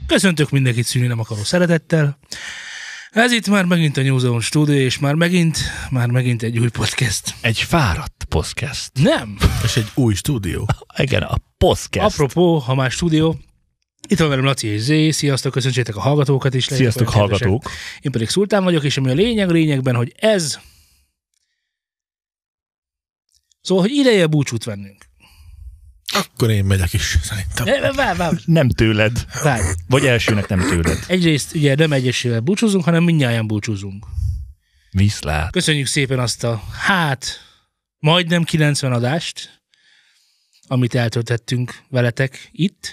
Köszöntök mindenkit szűnni nem akaró szeretettel. Ez itt már megint a New Zone Studio, és már megint egy új podcast. Egy fáradt podcast. Nem. És egy új stúdió. Igen, a podcast. Apropó, ha már stúdió, itt van velem Laci és Zé, sziasztok, köszöntsétek a hallgatókat is. Sziasztok, hallgatók. Én pedig Szultán vagyok, és ami a lényegben, hogy ez... Szóval, hogy ideje búcsút vennünk. Akkor én megyek is, szerintem. Várj. Nem tőled. Várj. Vagy elsőnek nem tőled. Egyrészt ugye nem egyesével búcsúzunk, hanem mindnyájan búcsúzunk. Viszlát. Köszönjük szépen azt a, majdnem 90 adást, amit eltöltettünk veletek itt,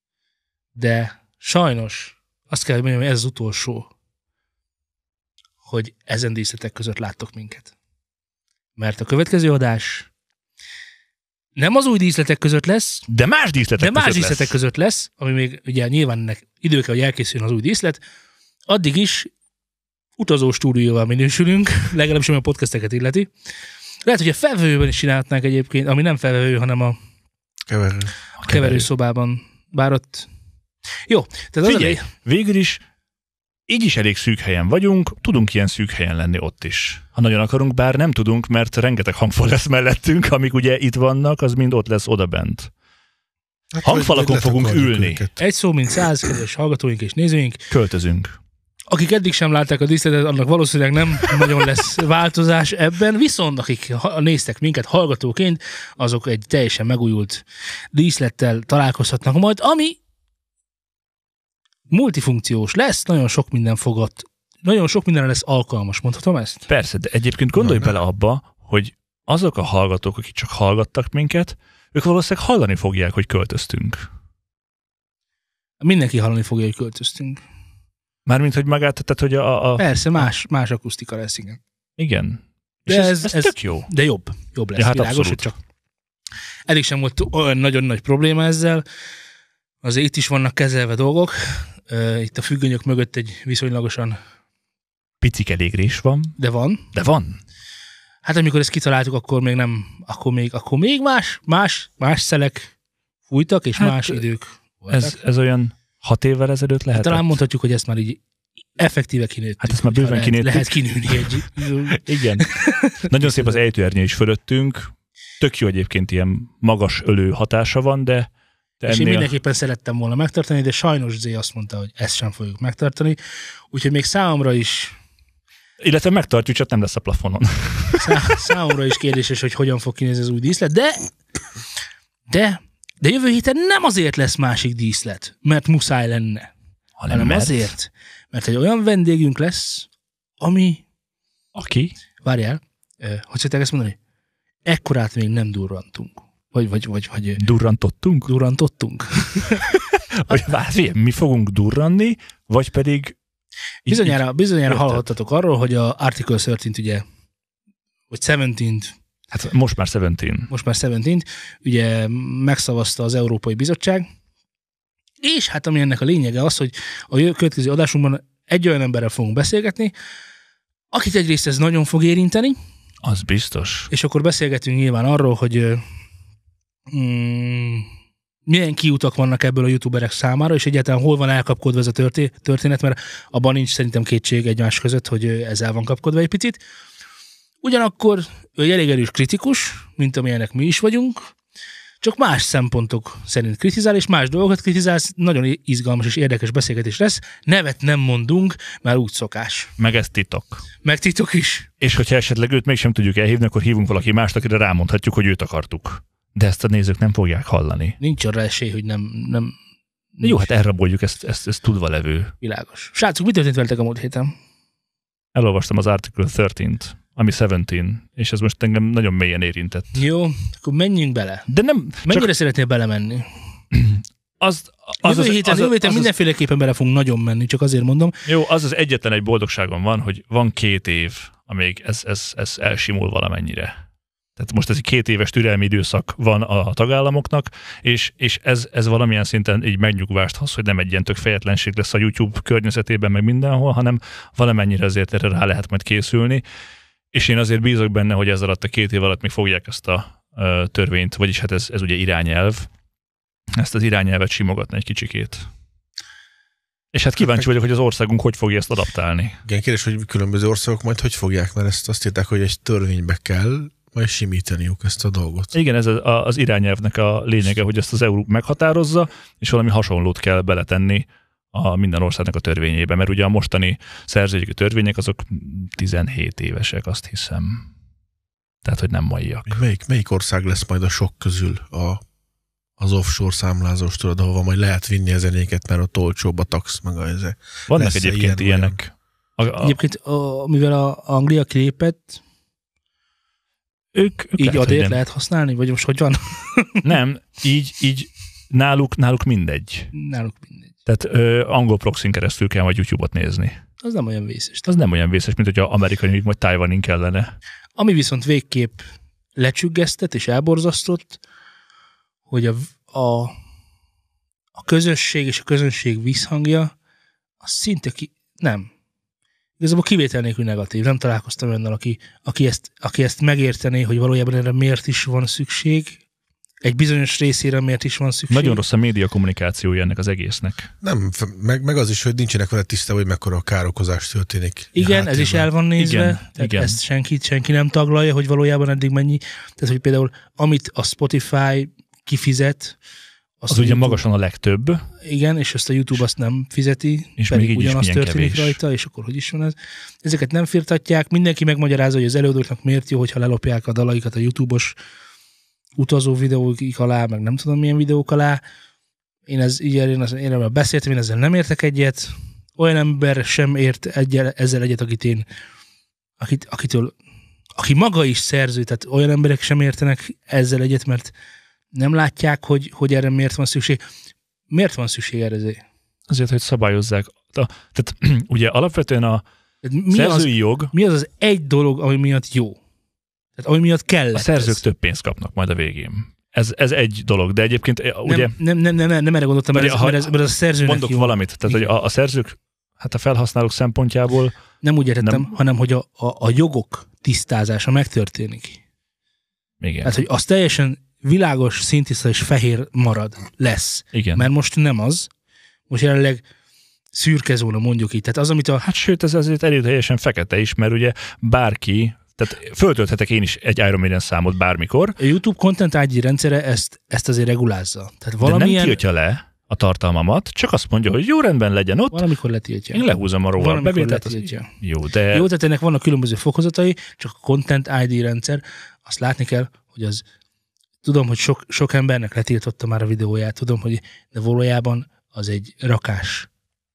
de sajnos azt kell, hogy mondjam, hogy ez az utolsó, hogy ezen díszletek között láttok minket. Mert a következő adás nem az új díszletek között lesz, de más díszletek között lesz, ami még ugye nyilván ennek idő kell, hogy elkészüljön az új díszlet, addig is utazó stúdióval minősülünk, legalábbis ami a podcasteket illeti. Lehet, hogy a felvevőben is csinálhatnánk egyébként, ami nem felvevő, hanem a keverőszobában. Bár ott... Jó, tehát figyelj, végül is így is elég szűk helyen vagyunk, tudunk ilyen szűk helyen lenni ott is. Ha nagyon akarunk, bár nem tudunk, mert rengeteg hangfal lesz mellettünk, amik ugye itt vannak, az mind ott lesz odabent. Hát, hangfalakon fogunk ülni. Őket. Egy szó, mint 100, kedves hallgatóink és nézőink. Költözünk. Akik eddig sem látták a díszletet, annak valószínűleg nem nagyon lesz változás ebben, viszont akik néztek minket hallgatóként, azok egy teljesen megújult díszlettel találkozhatnak majd, ami multifunkciós lesz, nagyon sok mindenre lesz alkalmas, mondhatom ezt? Persze, de egyébként gondolj bele abba, hogy azok a hallgatók, akik csak hallgattak minket, ők valószínűleg hallani fogják, hogy költöztünk. Mindenki hallani fogja, hogy költöztünk. Mármint, hogy magát, tehát, hogy Persze, más akusztika lesz, igen. Igen. De ez tök jó. De jobb lesz, ja, hát világos, hogy csak. Eddig sem volt olyan nagyon nagy probléma ezzel. Azért itt is vannak kezelve dolgok. Itt a függönyök mögött egy viszonylagosan... Picike légrés van. De van. Hát amikor ezt kitaláltuk, akkor még nem, akkor még más szelek fújtak, és más idők voltak. Ez olyan 6 évvel ezelőtt lehet. Hát talán mondhatjuk, hogy ezt már így effektíve kinőttük. Hát ezt már bőven kinőttük. Lehet kinőni egy... Igen. Nagyon szép az ejtőernyő is fölöttünk. Tök jó egyébként ilyen magas ölő hatása van, de és én mindenképpen szerettem volna megtartani, de sajnos Zé azt mondta, hogy ezt sem fogjuk megtartani. Úgyhogy még számomra is... Illetve megtartjuk, csak nem lesz a plafonon. Számomra is kérdéses, hogy hogyan fog kinézni az új díszlet, de jövő héten nem azért lesz másik díszlet, mert muszáj lenne, hanem azért, mert egy olyan vendégünk lesz, ami... Aki? Várjál, hogy szokták ezt mondani? Ekkorát még nem durrantunk. Vagy Durrantottunk? Durrantottunk. Mi fogunk durranni, vagy pedig... Bizonyára hallhattatok arról, hogy a Article 13 ugye, vagy 17, hát most már 17, ugye megszavazta az Európai Bizottság, és hát ami ennek a lényege az, hogy a következő adásunkban egy olyan emberrel fogunk beszélgetni, akit egyrészt ez nagyon fog érinteni. Az biztos. És akkor beszélgetünk nyilván arról, hogy milyen kiutak vannak ebből a youtuberek számára, és egyáltalán hol van elkapkodva ez a történet, mert abban nincs szerintem kétség egymás között, hogy ez el van kapkodva egy picit. Ugyanakkor ő egy elég erős kritikus, mint amilyenek mi is vagyunk, csak más szempontok szerint kritizál, és más dolgokat kritizál, nagyon izgalmas és érdekes beszélgetés lesz. Nevet nem mondunk, már úgy szokás. Meg ez titok. Meg titok is. És hogyha esetleg őt mégsem tudjuk elhívni, akkor hívunk valaki mást, akire rámondhatjuk, hogy őt akartuk. De ezt a nézők nem fogják hallani. Nincs arra esély, hogy nem jó, hát elraboljuk ezt tudva levő. Világos. Srácok, mi történt veletek a múlt héten? Elolvastam az Article 13-t, ami 17, és ez most engem nagyon mélyen érintett. Jó, akkor menjünk bele. De nem... Mennyire szeretnél belemenni? Jövő héten mindenféleképpen bele fogunk nagyon menni, csak azért mondom. Jó, az egyetlen egy boldogságom van, hogy van 2 év, amíg ez elsimul valamennyire. Tehát most ez egy 2 éves türelmi időszak van a tagállamoknak, és ez valamilyen szinten így megnyugvást hoz, hogy nem egy ilyen tök fejetlenség lesz a YouTube környezetében, meg mindenhol, hanem valamennyire azért erre rá lehet majd készülni. És én azért bízok benne, hogy ez alatt a 2 év alatt még fogják ezt a törvényt, vagyis hát ez ugye irányelv, ezt az irányelvet simogatni egy kicsikét. És hát kíváncsi vagyok, hogy az országunk hogy fogja ezt adaptálni. Igen, kérdés, hogy különböző országok majd hogy fogják, mert ezt azt írták, hogy egy törvénybe kell majd simítaniuk ezt a dolgot. Igen, ez az irányelvnek a lényege, hogy ezt az EU meghatározza, és valami hasonlót kell beletenni a minden országnak a törvényébe, mert ugye a mostani szerzőjogi törvények azok 17 évesek, azt hiszem. Tehát, hogy nem maiak. Melyik ország lesz majd a sok közül az offshore számlázós, tudod, ahova majd lehet vinni a zenéket, mert ott olcsóbb a tax, meg a ezek. Vannak lesz egyébként ilyenek. Egyébként, mivel a Anglia kilépett, ők így adért lehet használni? Vagy most hogy van? Nem, így náluk mindegy. Náluk mindegy. Tehát angol proxyn keresztül kell majd YouTube-ot nézni. Az nem olyan vészes. Az nem olyan vészes, mint hogyha amerikai vagy Tajvanin kellene. Ami viszont végképp lecsüggesztett és elborzasztott, hogy a közösség és a közönség visszhangja az szinte nem. Igazából kivétel nélkül negatív. Nem találkoztam olyannal, aki ezt megértené, hogy valójában erre miért is van szükség. Egy bizonyos részére miért is van szükség. Nagyon rossz a média kommunikációja ennek az egésznek. Nem, meg az is, hogy nincsenek vele tisztában, hogy mekkora károkozás történik. Igen, ez is el van nézve. Igen. Ezt senki nem taglalja, hogy valójában eddig mennyi. Tehát, hogy például amit a Spotify kifizet, az ugye magasan a legtöbb. Igen, és ezt a YouTube azt nem fizeti, és pedig még ugyanaz történik kevés rajta, és akkor hogy is van ez. Ezeket nem firtatják, mindenki megmagyarázza, hogy az előadóknak miért jó, hogyha lelopják a dalaikat a YouTube-os utazó videók alá, meg nem tudom milyen videók alá. Én erről beszéltem, én ezzel nem értek egyet. Olyan ember sem ért ezzel egyet, aki maga is szerző, tehát olyan emberek sem értenek ezzel egyet, mert nem látják, hogy erre miért van szükség. Miért van szükség erre? Azért, hogy szabályozzák. Tehát ugye alapvetően a szerzői jog... Mi az egy dolog, ami miatt jó? Tehát ami miatt kell. A szerzők több pénzt kapnak majd a végén. Ez egy dolog, de egyébként ugye... Nem erre gondoltam, mert a szerzőnek mondok jó. Valamit, tehát hogy a szerzők, hát a felhasználók szempontjából... Nem úgy értettem, hanem hogy a jogok tisztázása megtörténik. Igen. Hát, hogy az teljesen világos, szintiszta és fehér lesz. Igen. Mert most nem az. Most jelenleg szürke zóna, mondjuk így. Tehát az, amit Hát sőt, ez azért erőteljesen fekete is, mert ugye bárki, tehát föltölthetek én is egy Iron Maiden számot bármikor. A YouTube Content ID rendszere ezt azért regulázza. Tehát valamilyen... De nem tiltja le a tartalmamat, csak azt mondja, hogy jó, rendben legyen ott. Valamikor letiltja. Én lehúzom a róla bevételt. Jó, tehát ennek vannak különböző fokozatai, csak a Content ID rendszer, azt látni kell, hogy az... Tudom, hogy sok embernek letiltotta már a videóját, tudom, hogy de valójában az egy rakás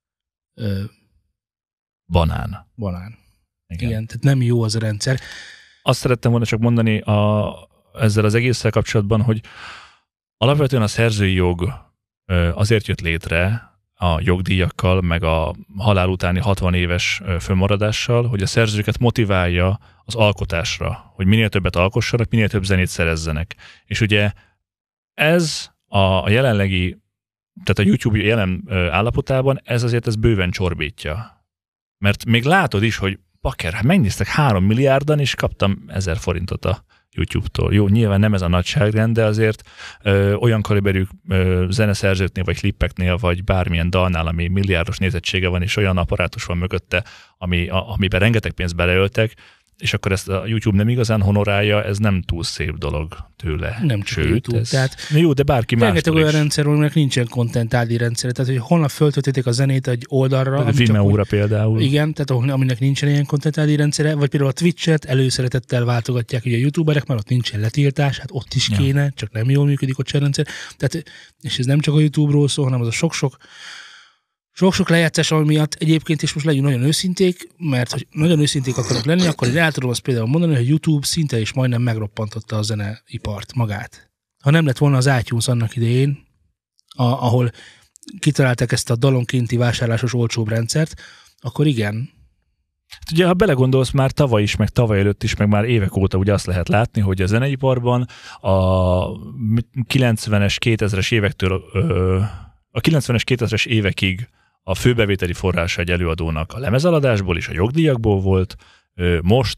banán. Igen, tehát nem jó az a rendszer. Azt szerettem volna csak mondani ezzel az egésszel kapcsolatban, hogy alapvetően a szerzői jog azért jött létre a jogdíjakkal, meg a halál utáni 60 éves fönnmaradással, hogy a szerzőket motiválja az alkotásra, hogy minél többet alkossanak, minél több zenét szerezzenek. És ugye ez a jelenlegi, tehát a YouTube jelen állapotában ez azért bőven csorbítja. Mert még látod is, hogy bakker, hát megnéztek 3 milliárdan, és kaptam 1000 forintot a YouTube-tól. Jó, nyilván nem ez a nagyságrend, de azért olyan kaliberű zeneszerzőknél, vagy klippeknél, vagy bármilyen dalnál, ami milliárdos nézettsége van, és olyan apparátus van mögötte, amiben rengeteg pénzt beleöltek, és akkor ezt a YouTube nem igazán honorálja, ez nem túl szép dolog tőle. Nem csak YouTube. Tehát jó, de bárki mástól is. Rengeteg olyan rendszer, aminek nincsen Content ID rendszer. Tehát, hogy holnap föltöltötték a zenét egy oldalra. Vimeo-ra például. Igen, tehát aminek nincsen ilyen Content ID rendszere, vagy például a Twitch-et előszeretettel váltogatják ugye a YouTuberek, mert ott nincsen letiltás, hát ott is kéne, csak nem jól működik ott sem rendszer. Tehát, és ez nem csak a YouTube-ról szól, hanem az a sok-sok lejátszás, ami miatt egyébként is most legyünk nagyon őszinték, mert hogy nagyon őszinték akarok lenni, akkor én el tudom azt például mondani, hogy YouTube szinte is majdnem megroppantotta a zeneipart magát. Ha nem lett volna az iTunes annak idején, ahol kitalálták ezt a dalonkénti vásárlásos olcsóbb rendszert, akkor igen. Ugye, ha belegondolsz, már tavaly is, meg tavaly előtt is, meg már évek óta ugye azt lehet látni, hogy a zeneiparban a 90-es, 2000-es évektől a 90-es, 2000-es évekig a főbevételi forrása egy előadónak a lemezeladásból és a jogdíjakból volt, most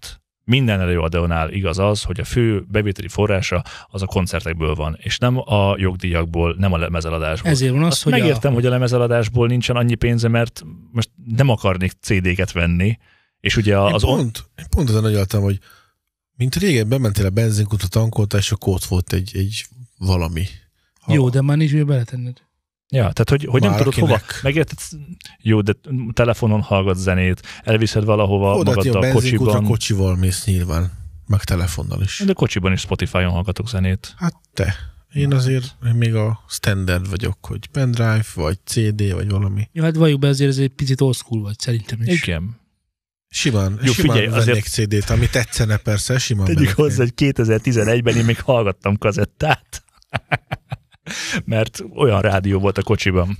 minden előadónál igaz az, hogy a fő bevételi forrása az a koncertekből van, és nem a jogdíjakból, nem a lemezeladásból. Ezért van az, Azt hogy megértem, hogy a lemezeladásból nincsen annyi pénze, mert most nem akarnék CD-ket venni, és ugye Én pont ezen agyaltam, hogy mint régen bementél a benzinkutra, tankoltál, és akkor ott volt egy valami. Jó, de már nincs miért beletenned. Ja, tehát hogy nem tudod hova. Megérted? Jó, de telefonon hallgat zenét, elviszed valahova magaddal a kocsiban. Kocsival mész nyilván, meg telefonnal is. De kocsiban is Spotify-on hallgatok zenét. Hát te. Én azért még a standard vagyok, hogy pendrive, vagy CD, vagy valami. Ja, hát valljuk be, azért ez egy picit old school vagy, szerintem is. Igen. Simán figyelj, vennék azért... CD-t, ami tetszene persze, simán. Tegyük hozzá, hogy 2011-ben én még hallgattam kazettát. Mert olyan rádió volt a kocsiban.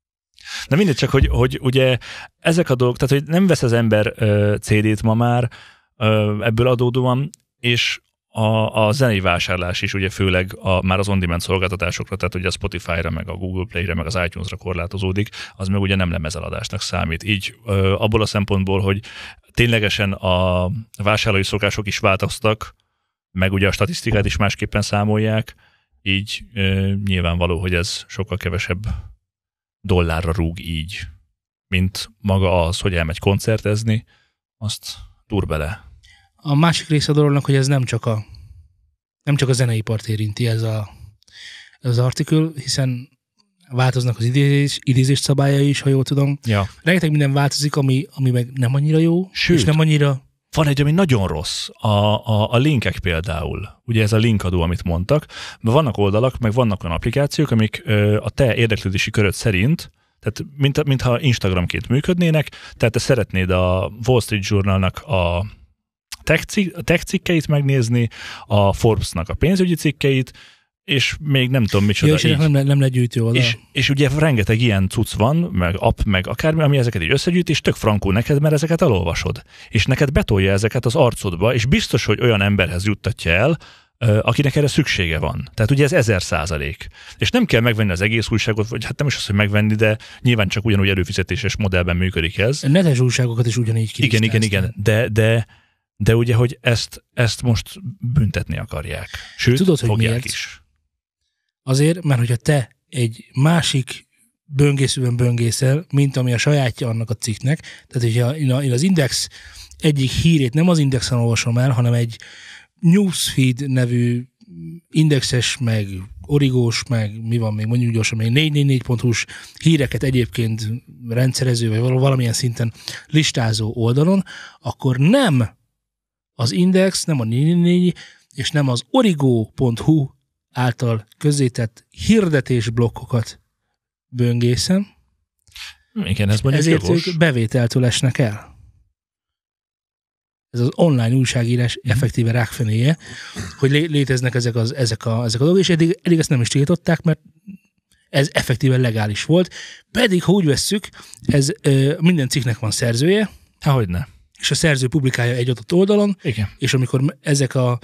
Na mindegy, csak hogy ugye ezek a dolgok, tehát hogy nem vesz az ember CD-t ma már ebből adódóan, és a zenei vásárlás is ugye főleg már az on-demand szolgáltatásokra, tehát ugye a Spotify-ra, meg a Google Play-re, meg az iTunes-ra korlátozódik, az meg ugye nem lemezeladásnak számít. Így abból a szempontból, hogy ténylegesen a vásárlói szokások is változtak, meg ugye a statisztikát is másképpen számolják, így nyilvánvaló, hogy ez sokkal kevesebb dollárra rúg így, mint maga az, hogy elmegy koncertezni, azt dur bele. A másik része a dolognak, hogy ez nem csak a zeneipart érinti ez az artikel, hiszen változnak az idézés szabályai is, ha jól tudom. Ja. Rengeteg minden változik, ami meg nem annyira jó, sőt, és nem annyira... Van egy, ami nagyon rossz, a linkek például. Ugye ez a linkadó, amit mondtak. Vannak oldalak, meg vannak olyan applikációk, amik a te érdeklődési köröd szerint, tehát mintha Instagramként működnének, tehát te szeretnéd a Wall Street Journalnak a tech cikkeit megnézni, a Forbes-nak a pénzügyi cikkeit, és még nem tudom micsoda. Ja, és nem legyűjtő oldal. És ugye rengeteg ilyen cucc van, meg app, meg akármi, ami ezeket így összegyűjt, és tök frankó neked, mert ezeket elolvasod. És neked betolja ezeket az arcodba, és biztos, hogy olyan emberhez juttatja el, akinek erre szüksége van. Tehát ugye ez 1000%. És nem kell megvenni az egész újságot, vagy hát nem is az, hogy megvenni, de nyilván csak ugyanúgy előfizetéses modellben működik ez. Netes újságokat is ugyanígy kilisztázták. Igen. De ugye, hogy ezt most büntetni akarják. Sőt, tudod, hogy fogják miért? is. Azért, mert hogyha te egy másik böngészőben böngészel, mint ami a sajátja annak a cikknek, tehát hogyha én az Index egyik hírét nem az Indexen olvasom el, hanem egy Newsfeed nevű indexes, meg origós, meg mi van még, mondjuk gyorsan, még 444.hu-s híreket egyébként rendszerező, vagy valamilyen szinten listázó oldalon, akkor nem az Index, nem a 444, és nem az origo.hu által közzétett hirdetésblokkokat böngészem. Igen, ez mondjuk ezért jogos. ők bevételtől esnek el. Ez az online újságírás effektíve rákfenéje, hogy léteznek ezek a dolgok, és eddig ezt nem is tiltották, mert ez effektíve legális volt. Pedig, ha úgy vesszük, ez minden cikknek van szerzője. Hogyne. És a szerző publikálja egy adott oldalon, igen. És amikor ezek a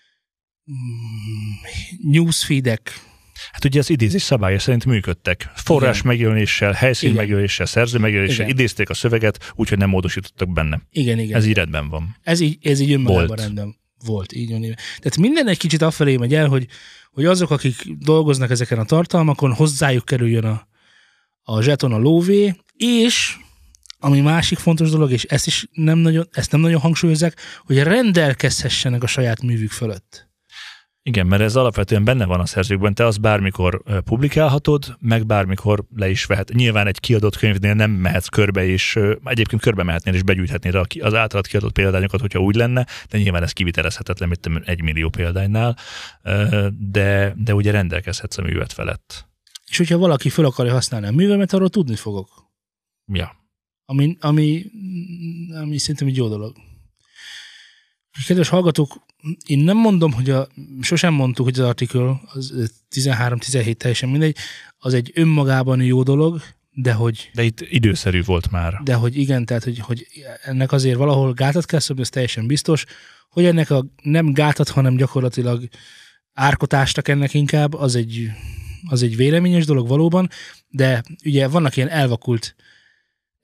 newsfeedek... Hát ugye az idézés szabálya szerint működtek. Forrás megjelenéssel, helyszín megjelenéssel, szerző megjelenéssel idézték a szöveget, úgyhogy nem módosítottak benne. Igen. Ez így rendben van. Ez így önmagában rendben volt. Így van. Tehát minden egy kicsit afelé megy el, hogy azok, akik dolgoznak ezeken a tartalmakon, hozzájuk kerüljön a zseton, a lóvé, és ami másik fontos dolog, és ezt nem nagyon hangsúlyozzák, hogy rendelkezhessenek a saját művük fölött. Igen, mert ez alapvetően benne van a szerzőkben, te azt bármikor publikálhatod, meg bármikor le is vehet. Nyilván egy kiadott könyvnél nem mehetsz körbe, és egyébként körbe mehetnél, és begyűjthetnél az általad kiadott példányokat, hogyha úgy lenne, de nyilván ez kivitelezhetetlen, mint 1 millió példánynál, de ugye rendelkezhetsz a művet felett. És hogyha valaki fel akarja használni a művemet, arról tudni fogok. Ja. Ami szerintem egy jó dolog. Kedves hallgatók, én nem mondom, hogy sosem mondtuk, hogy az artikel az 13-17 teljesen mindegy, az egy önmagában jó dolog, de itt időszerű volt már. De hogy igen, tehát hogy ennek azért valahol gátat kell szabni, ez teljesen biztos, hogy ennek nem gátat, hanem gyakorlatilag árkotástak ennek inkább, az egy véleményes dolog valóban, de ugye vannak ilyen elvakult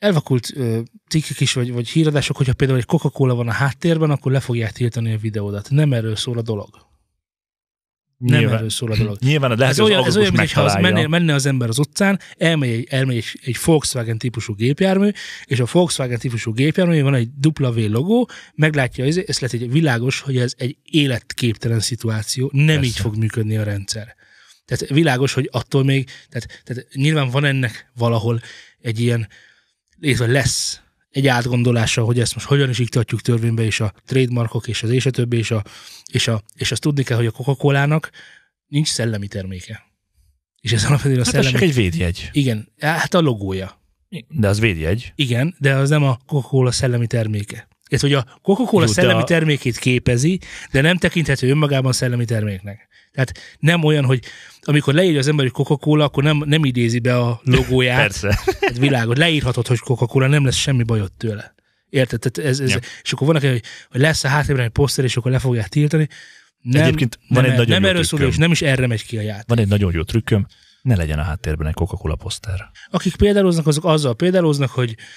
elvakult cikkek is, vagy híradások, hogyha például egy Coca-Cola van a háttérben, akkor le fogják tiltani a videódat. Nem erről szól a dolog. Erről szól a dolog. Nyilván lehet, ez olyan, mintha az menne az ember az utcán, elmegy egy Volkswagen típusú gépjármű, és a Volkswagen típusú gépjármű van egy W logó, meglátja, ezt lehet egy világos, hogy ez egy életképtelen szituáció, nem Persze. így fog működni a rendszer. Tehát világos, hogy attól még, tehát nyilván van ennek valahol egy ilyen, illetve lesz egy átgondolása, hogy ezt most hogyan is iktatjuk törvénybe, és a trademarkok, és a többi, és azt tudni kell, hogy a Coca-Colának nincs szellemi terméke. És ez alapvetően a szellemi... csak egy védjegy. Igen, hát a logója. De az védjegy. Igen, de az nem a Coca-Cola szellemi terméke. Ez, hogy a Coca-Cola szellemi termékét képezi, de nem tekinthető önmagában szellemi terméknek. Tehát nem olyan, hogy amikor leírja az ember, hogy Coca-Cola, akkor nem idézi be a logóját. Persze. Hát világos. Leírhatod, hogy Coca-Cola, nem lesz semmi bajod tőle. Érted? Tehát ja. És akkor vannak, hogy lesz a háttérben egy poszter, és akkor le fogják tiltani. Egyébként van egy nagyon jó erről szól, és nem is erre megy ki a játék. Van egy nagyon jó trükköm, ne legyen a háttérben egy Coca-Cola poszter. Akik példáloznak, azok azzal példáloznak,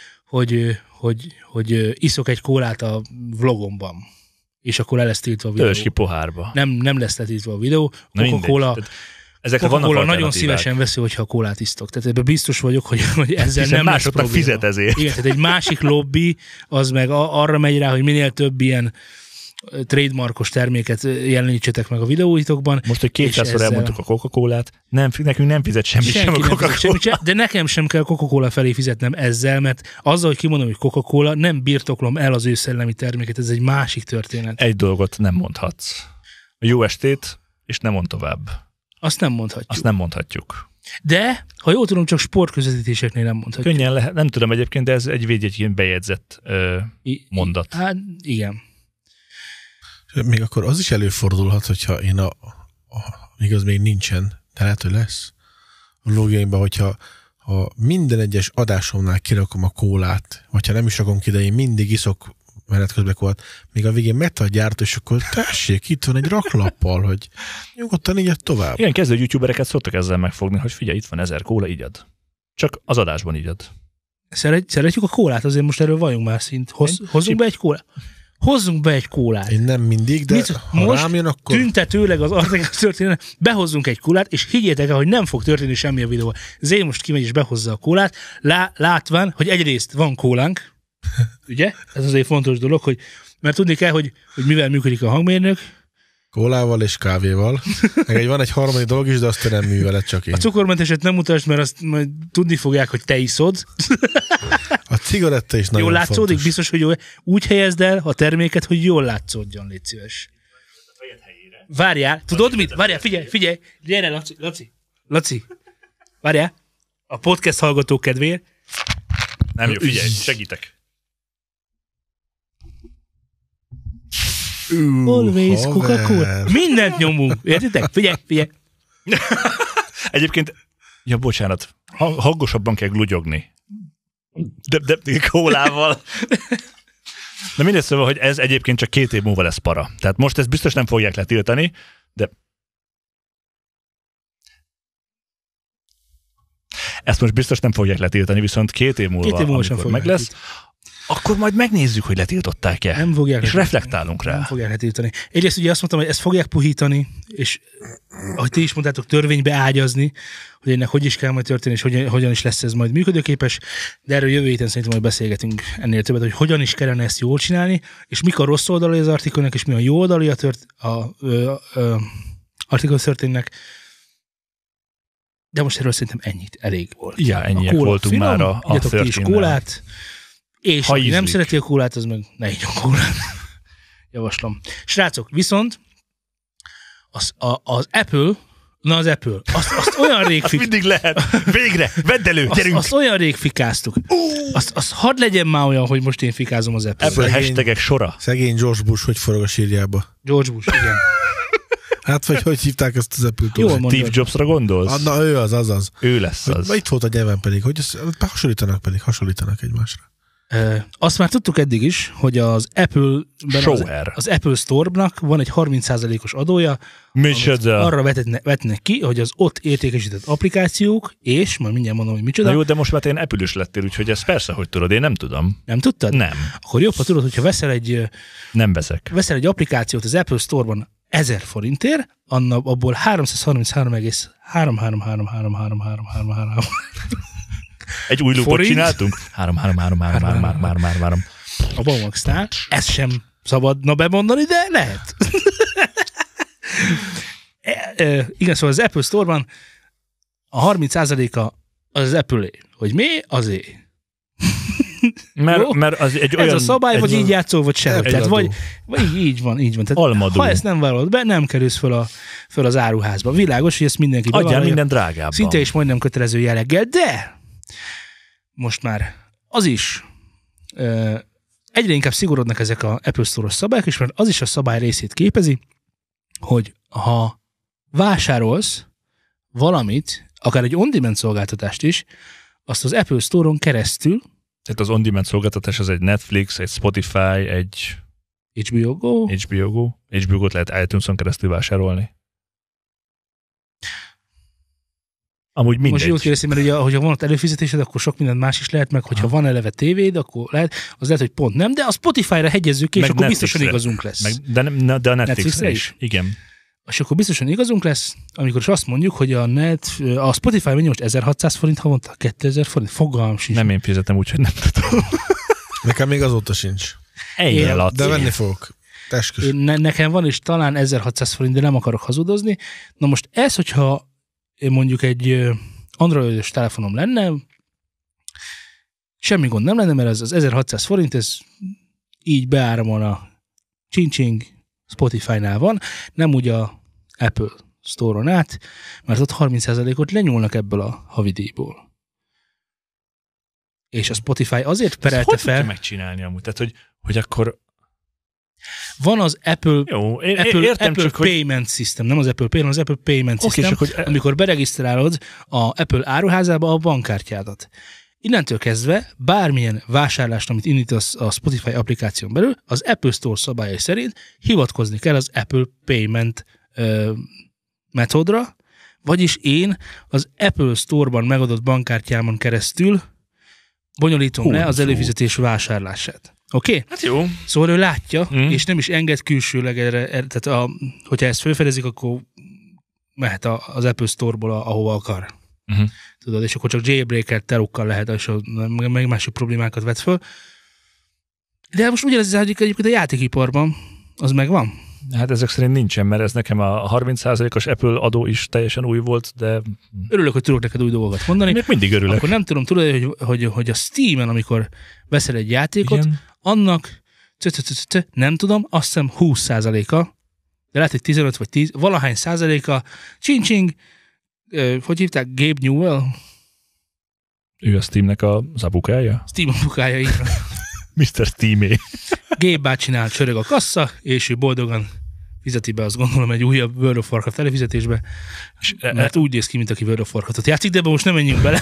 hogy iszok egy kólát a vlogomban, és akkor le lesz tiltva a videó. Tölts ki pohárba. Nem lesz letiltva a videó. Coca-Cola nagyon szívesen veszi, hogyha a kólát isztok. Tehát ebben biztos vagyok, hogy ezzel nem lesz probléma. Fizet ezért. Igen, tehát egy másik lobby, az meg arra megy rá, hogy minél több ilyen trademarkos terméket jelenítsetek meg a videóitokban. Most, hogy 200-szor elmondtuk a Coca-Colát, nekünk nem fizet semmit sem a Coca-Cola. De nekem sem kell Coca-Cola felé fizetnem ezzel, mert azzal, hogy kimondom, hogy Coca-Cola, nem birtoklom el az ő szellemi terméket, ez egy másik történet. Egy dolgot nem mondhatsz. Jó estét, és nem mond tovább. Azt nem mondhatjuk. Azt nem mondhatjuk. De, ha jól tudom, csak sportközvetítéseknél nem mondhatjuk. Könnyen lehet, nem tudom egyébként, de ez egy védjegyként bejegyzett mondat. Hát igen. Még akkor az is előfordulhat, hogyha én igaz még nincsen, de lehet, hogy lesz a logjaimban, hogyha minden egyes adásomnál kirakom a kólát, vagy ha nem is rakom ki, de én mindig iszok menet közben kólát, még a végén megtal a gyártó, és akkor tessék, itt van egy raklappal, hogy nyugodtan igyad tovább. Igen, kezdő youtubereket szoktak ezzel megfogni, hogy figyelj, itt van 1000 kóla, igyad. Csak az adásban igyad. Szeretjük a kólát, azért most erről valljunk már szint. Hozzunk be egy kólát. Hozzunk be egy kólát. Én nem mindig, de ha most rám jön, akkor... tüntetőleg az Artegas történet, behozzunk egy kólát, és higgyétek el, hogy nem fog történni semmi a videóval. Zé most kimegy és behozza a kólát, látván, hogy egyrészt van kólánk, ugye? Ez azért fontos dolog, mert tudni kell, hogy mivel működik a hangmérnök. Kólával és kávéval. Meg van egy harmadik dolog is, de azt te nem műveled, csak én. A cukormenteset nem mutasd, mert azt majd tudni fogják, hogy te iszod. A cigaretta is nagyon jól látszódik, fontos. Biztos, hogy úgy helyezd el a terméket, hogy jól látszódjon, légy szíves. Várjál, tudod mit? Várjál, figyelj, gyere, Laci. Várjál, a podcast hallgatók kedvéért. Nem jó, figyelj, segítek. Always Coca-Cola. Mindent nyomunk, értitek? Figyelj. Egyébként, bocsánat, hangosabban kell glugyogni. De kólával. De mindegy, szóval, hogy ez egyébként csak 2 év múlva lesz para. Tehát most ezt biztos nem fogják letiltani, de ezt most biztos nem fogják letiltani, viszont 2 év múlva amikor meg lesz, akkor majd megnézzük, hogy letiltották-e. Nem fogják és reflektálunk rá. Nem fogják letiltani. Egyrészt ugye azt mondtam, hogy ezt fogják puhítani, és ahogy ti is mondtátok, törvénybe ágyazni, hogy ennek hogy is kell majd történni, és hogyan is lesz ez majd működőképes, de erről jövő héten szerintem majd beszélgetünk ennél többet, hogy hogyan is kellene ezt jól csinálni, és mik a rossz oldalai az artikelnek, és mi a jó oldalai a artikel történnek. De most erről szerintem ennyit elég volt. Ja, ennyiek voltunk finom, már a igyatok ti is kólát, és ha aki nem szereti a kólát, az meg ne igyon kólát. Javaslom. Srácok, viszont az Apple, azt olyan rég azt mindig lehet. Végre, vedd elő, gyerünk. Azt olyan rég fikáztuk. Azt hadd legyen már olyan, hogy most én fikázom az Apple. Apple hashtagek sora. Szegény George Bush, hogy forog a sírjába. George Bush, igen. Hát, vagy hogy hívták ezt az Apple-t? Steve Jobsra gondolsz? Na, ő az. Ő lesz az. Itt volt a nyelven pedig, hogy hasonlítanak egymásra. Azt már tudtuk eddig is, hogy az Apple-ben az Apple Store-nak van egy 30%-os adója, arra vetnek ki, hogy az ott értékesített applikációk, és majd mindjárt mondom, hogy micsoda. Na jó, de most már én Apple-ös lettél, úgyhogy ez persze, hogy tudod, én nem tudom. Nem tudtad? Nem. Akkor jobb, ha tudod, hogyha veszel egy applikációt az Apple Store-ban 1000 forintért, abból 333,3333333. Egy új lupot csináltunk? 3. A Baumaxnál. Ezt sem szabadna bemondani, de lehet. Igen, szóval az Apple Store-ban a 30%-a az Apple-é. Hogy mi? Azé. Mert az egy olyan... Ez a szabály, vagy így játszol, vagy sem. Tehát vagy így van. Tehát, ha ezt nem vállalod be, nem kerülsz föl az áruházba. Világos, hogy ezt mindenki adjál minden drágábban. Szinte is majdnem kötelező jelleggel, de most már az is egyre inkább szigorodnak ezek a Apple Store-os szabályok, és mert az is a szabály részét képezi, hogy ha vásárolsz valamit, akár egy on-demand szolgáltatást is, azt az Apple Store-on keresztül. Tehát az on-demand szolgáltatás az egy Netflix, egy Spotify, egy HBO Go. HBO Go-t lehet iTunes-on keresztül vásárolni. Amúgy mindegy. Most jól kérdezni, mert ugye, hogyha van ott előfizetésed, akkor sok minden más is lehet, meg hogyha van eleve tévéd, akkor lehet, az lehet, hogy pont nem, de a Spotify-ra hegyezzük ki, és akkor biztosan igazunk lesz. De a Netflixre is. Igen. És akkor biztosan igazunk lesz, amikor is azt mondjuk, hogy a Spotify mennyi most 1600 forint havonta, 2000 forint, fogalmam sincs. Nem én fizetem, úgyhogy nem tudom. Nekem még azóta sincs. De venni fogok. Nekem van is talán 1600 forint, de nem akarok hazudozni. Na most ez, hogyha mondjuk egy androidos telefonom lenne, semmi gond nem lenne, mert az 1600 forint, ez így beáramol a csincsing, Spotify-nál van, nem úgy a Apple Store-on át, mert ott 30%-ot lenyúlnak ebből a havidíjból. És a Spotify azért perelte fel... Hogy megcsinálni amúgy? Tehát, hogy akkor... Van az Apple, jó, értem, Apple Payment System, nem az Apple Pay, hanem az Apple Payment System, amikor beregisztrálod a Apple áruházába a bankkártyádat. Innentől kezdve bármilyen vásárlást, amit indítasz a Spotify applikáción belül, az Apple Store szabályai szerint hivatkozni kell az Apple Payment metodra, vagyis én az Apple Store-ban megadott bankkártyámon keresztül bonyolítom le az előfizetés vásárlását. Oké? Hát jó. Szóval ő látja, és nem is enged külsőleg erre, tehát hogyha ezt felfedezik, akkor mehet az Apple Store-ból, ahova akar. Tudod, és akkor csak jailbreaker terukkal lehet, és meg másik problémákat vet föl. De most ugyanez egyébként a játékiparban, az megvan. Hát ezek szerint nincsen, mert ez nekem a 30%-os Apple adó is teljesen új volt, de... Örülök, hogy tudok neked új dolgokat mondani. Még mindig örülök. Akkor nem tudom, tudod, hogy a Steam-en, amikor veszel egy játékot, igen, annak nem tudom, azt hiszem 20%-a, de lehet, hogy 15 vagy 10, valahány százaléka, csincsing, hogy hívták? Gabe Newell? Ő a Steamnek az apukája? Steam apukája, így van. Mr. Steamé. Gabe bácsinál csörög a kassa, és ő boldogan fizeti be, azt gondolom, egy újabb World of Warcraft előfizetésbe, mert úgy néz ki, mint aki World of Warcraftot játszik, de ebben most nem menjünk bele.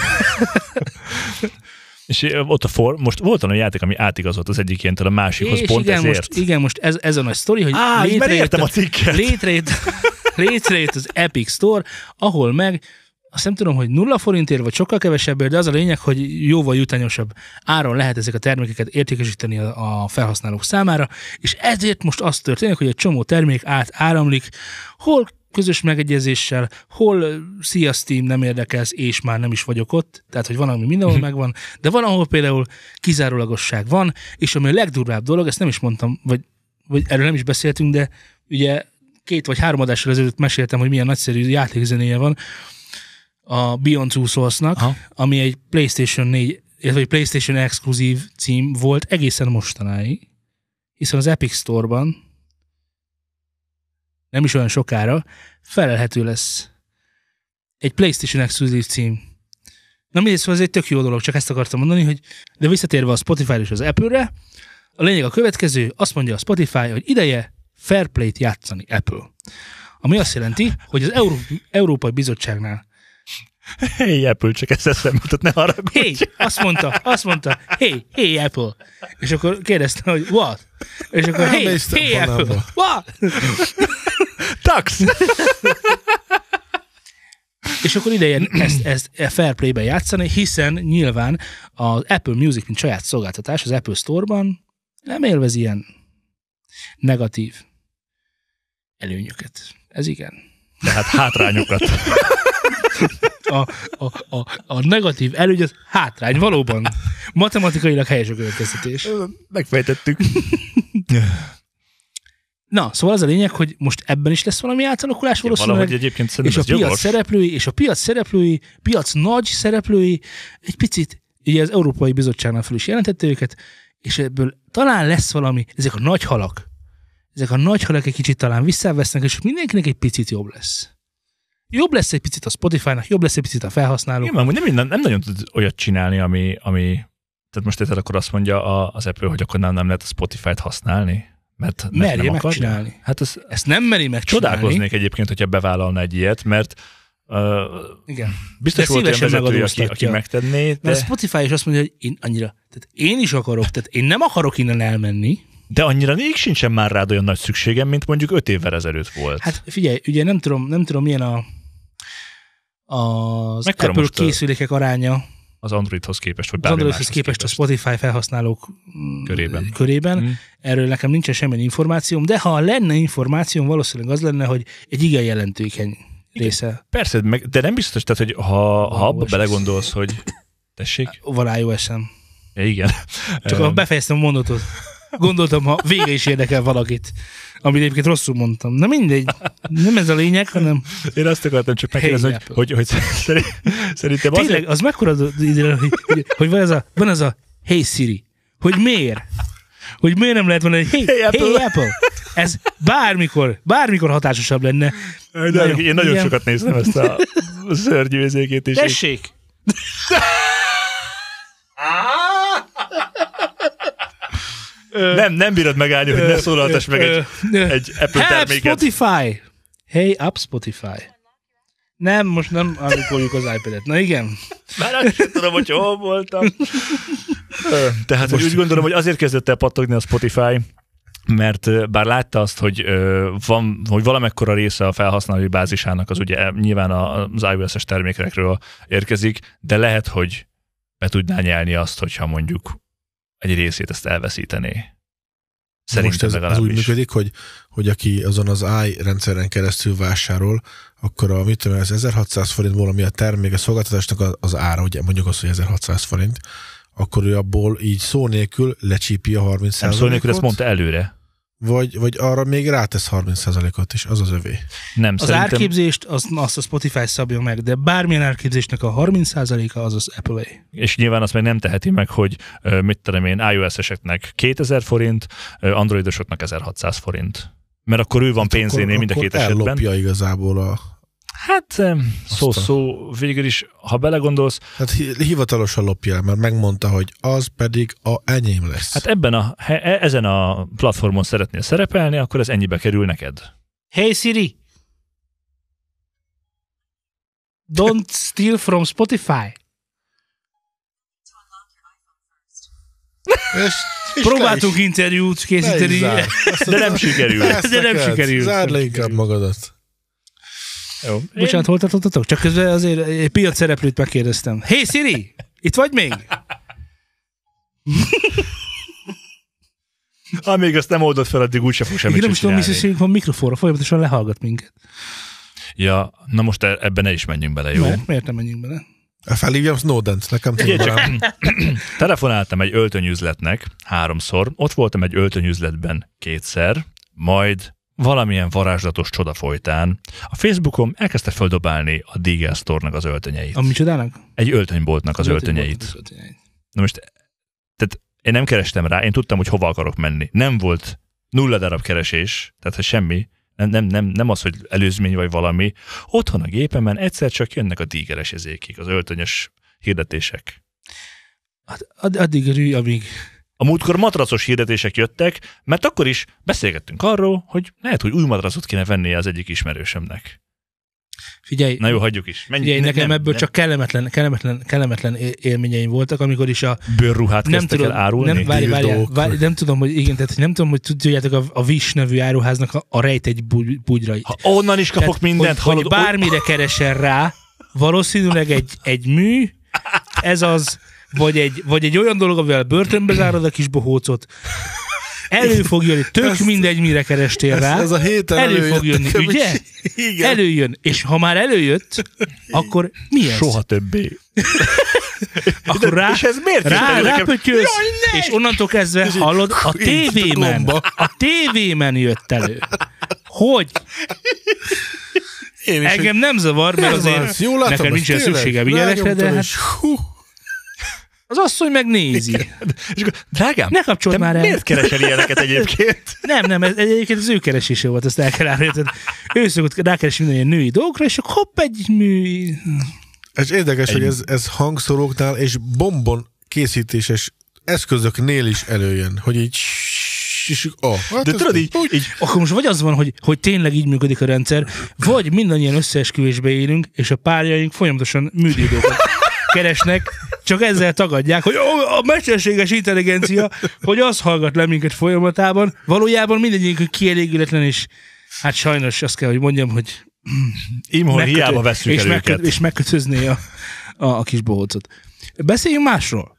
És ott most volt olyan játék, ami átigazolt az egyik ilyentől a másikhoz, és pont igen, ezért. Most ez a nagy sztori, hogy létrejött az Epic Store, ahol meg azt nem tudom, hogy 0 forintért, vagy sokkal kevesebbért, de az a lényeg, hogy jóval jutányosabb áron lehet ezek a termékeket értékesíteni a felhasználók számára, és ezért most az történik, hogy egy csomó termék áramlik, hol közös megegyezéssel, hol szia Steam, nem érdekelsz, és már nem is vagyok ott, tehát hogy van, ami mindenhol megvan, de van, ahol például kizárólagosság van, és ami a legdurvább dolog, ezt nem is mondtam, vagy erről nem is beszéltünk, de ugye 2 vagy 3 adással ezelőtt meséltem, hogy milyen nagyszerű játékzenéje van a Beyond Two Souls-nak, ami egy PlayStation 4, vagy PlayStation exkluzív cím volt egészen mostanáig, hiszen az Epic Store-ban nem is olyan sokára felelhető lesz egy PlayStation exkluzív cím. Na mindegy, szóval ez egy tök jó dolog, csak ezt akartam mondani, hogy de visszatérve a Spotify-ra és az Apple-re, a lényeg a következő, azt mondja a Spotify, hogy ideje fair play-t játszani Apple. Ami azt jelenti, hogy az Európai Bizottságnál Hey Apple, csak ezt eszembe jutott, ne haragudj. Hey, azt mondta, hey Apple. És akkor kérdezte, hogy what? És akkor hey Apple, what? Tax! És akkor ideje ezt fair play-ben játszani, hiszen nyilván az Apple Music, mint saját szolgáltatás az Apple Store-ban nem élvez ilyen negatív előnyöket. Ez igen. Tehát hátrányokat. A negatív előny az hátrány, valóban. Matematikailag helyes a következtetés. Megfejtettük. Na, szóval az a lényeg, hogy most ebben is lesz valami átalakulás valószínűleg. Valahogy egyébként És a piac szereplői, piac nagy szereplői egy picit, ugye az Európai Bizottságnál fel is jelentette őket, és ebből talán lesz valami, ezek a nagy halak egy kicsit talán visszavesznek, és mindenkinek egy picit jobb lesz. Jobb lesz egy picit a Spotify-nak, jobb lesz egy picit a felhasználók. Igen, nem nagyon tud olyat csinálni, ami tehát most érted, akkor azt mondja az Apple, hogy akkor nem lehet a Spotify-t használni. Mert merje nem megcsinálni. Hát ezt nem meri megcsinálni. Csodálkoznék egyébként, hogyha bevállalna egy ilyet, mert igen. Biztos volt olyan vezető, aki megtenné. De... Mert a Spotify is azt mondja, hogy én is akarok, tehát én nem akarok innen elmenni. De annyira még sincsen már rád olyan nagy szükségem, mint mondjuk 5 évvel ezelőtt volt. Hát figyelj, ugye nem tudom milyen az Apple készülékek aránya. Az Androidhoz képest, vagy az Androidhoz képest a Spotify felhasználók körében. Erről nekem nincsen semmilyen információm, de ha lenne információm, valószínűleg az lenne, hogy egy igen jelentőkeny része. Persze, de nem biztos, tehát, hogy ha abba belegondolsz, hogy... Tessék? Van iOS-em. Ja, igen. Csak befejeztem a mondatot. Gondoltam, ha vége is érdekel valakit, amit egyébként rosszul mondtam. Na mindegy, nem ez a lényeg, hanem... Én azt akartam csak megkérdezni, hogy szerintem azért... Tényleg, az mekkora, hogy van ez a Hey Siri. Hogy miért? Hogy miért nem lehet mondani, hogy Hey Apple. Ez bármikor hatásosabb lenne. Én nagyon sokat néztem ezt a szörnyűzékét. Tessék! Nem bírod megállni, hogy ne szólaltass meg egy Apple terméket. Spotify! Hey up Spotify! Nem, most nem állíkoljuk az iPad-et. Na igen. Már azt sem tudom, hogy hol voltam. Tehát úgy gondolom, hogy azért kezdett el pattogni a Spotify, mert bár látta azt, hogy valamekkora része a felhasználói bázisának az ugye nyilván az iOS-es termékekről érkezik, de lehet, hogy be tudná nyelni azt, hogyha mondjuk egy részét ezt elveszítené. Szerintem most ez úgy működik, hogy aki azon az rendszeren keresztül vásárol, akkor az 1600 forintból, ami a termék, a szolgáltatásnak az ára, ugye mondjuk azt, hogy 1600 forint, akkor ő abból így szó nélkül lecsípi a 30%-ot. Nem szó nélkül, ezt mondta előre. Vagy arra még rátesz 30%-ot, és az övé. Nem, az árképzést azt a Spotify szabja meg, de bármilyen árképzésnek a 30%-a az Apple-é. És nyilván azt meg nem teheti meg, hogy mit tudom én, iOS-eseknek 2000 forint, Androidosoknak 1600 forint. Mert akkor ő van pénzénél mind a két esetben. Akkor ellopja igazából a... Hát szó végül is, ha belegondolsz... Hát hivatalosan lopja el, mert megmondta, hogy az pedig a enyém lesz. Hát ezen a platformon szeretnél szerepelni, akkor ez ennyibe kerül neked. Hey Siri! Don't steal from Spotify. Próbáltunk interjút készíteni. De nem sikerült. Zárd le inkább magadat. Jó. Bocsánat, hol tartottatok? Csak közben azért egy piac szereplőt megkérdeztem. Hey Siri! Itt vagy még? Amíg azt nem oldod fel, addig úgyse fog semmit csinálni. Nem is tudom, mi van mikrofonra, folyamatosan lehallgat minket. Ja, na most ebben ne is menjünk bele, jó? Miért nem menjünk bele? Felhívjam Snowden-t, nekem tudom. Telefonáltam egy öltönyüzletnek 3-szor, ott voltam egy öltönyüzletben 2-szer, majd valamilyen varázslatos csoda folytán a Facebookon elkezdte földobálni a Deagle Store-nak az öltönyeit. A micsodának? Egy öltönyboltnek az öltönyeit. Na most, tehát én nem kerestem rá, én tudtam, hogy hova akarok menni. Nem volt 0 darab keresés, tehát semmi. Nem az, hogy előzmény vagy valami. Otthon a gépemen egyszer csak jönnek a Deagles ezékig, az öltönyös hirdetések. Addig rű, amíg... A múltkor matracos hirdetések jöttek, mert akkor is beszélgettünk arról, hogy lehet, hogy új matracot kéne vennie az egyik ismerősömnek. Figyelj, Na jó, hagyjuk is. Figyelj, nekem ebből csak kellemetlen élményeim voltak, amikor is a... Bőrruhát kezdtek el árulni? Várj, nem tudom, hogy igen, tehát nem tudom, hogy tudjátok a Wish nevű áruháznak a rejtegy bugyrait. Ha onnan is kapok mindent, hogy bármire keresel rá, valószínűleg egy mű, ez az, vagy egy olyan dolog, amivel börtönbe zárod a kis bohócot, elő fog jönni, tök mindegy, mire kerestél rá. Ez a héten elő fog jönni, ugye? Igen. Előjön. És ha már előjött, akkor mi ez? Soha többé. Akkor És ez miért rápötyölsz, és onnantól kezdve hallod, a tévében jött elő. Hogy? Engem nem zavar, mert azért nekem nincsen szükségem ilyenekre, de hát... Az asszony megnézi. És akkor, drágám, ne kapcsold már el. Miért keresel ilyeneket egyébként? Nem, egyébként az ő keresése volt, ezt el kell árulni. Ő szokott rákeresni minden ilyen női dolgokra, és akkor hopp, egy mű... Ez érdekes, hogy ez hangszóróknál és bombon készítéses eszközöknél is előjön, hogy így... Hát de tudod így... Akkor most vagy az van, hogy tényleg így működik a rendszer, vagy mindannyian összeesküvésbe élünk, és a párjaink folyamatosan műdítókat keresnek, csak ezzel tagadják, hogy a mesterséges intelligencia, hogy az hallgat le minket folyamatában, valójában mindegyikünk kielégületlen, és hát sajnos azt kell, hogy mondjam, hogy Imhol hiába vesszük el őket. És megkötözné a kis bohócot. Beszéljünk másról.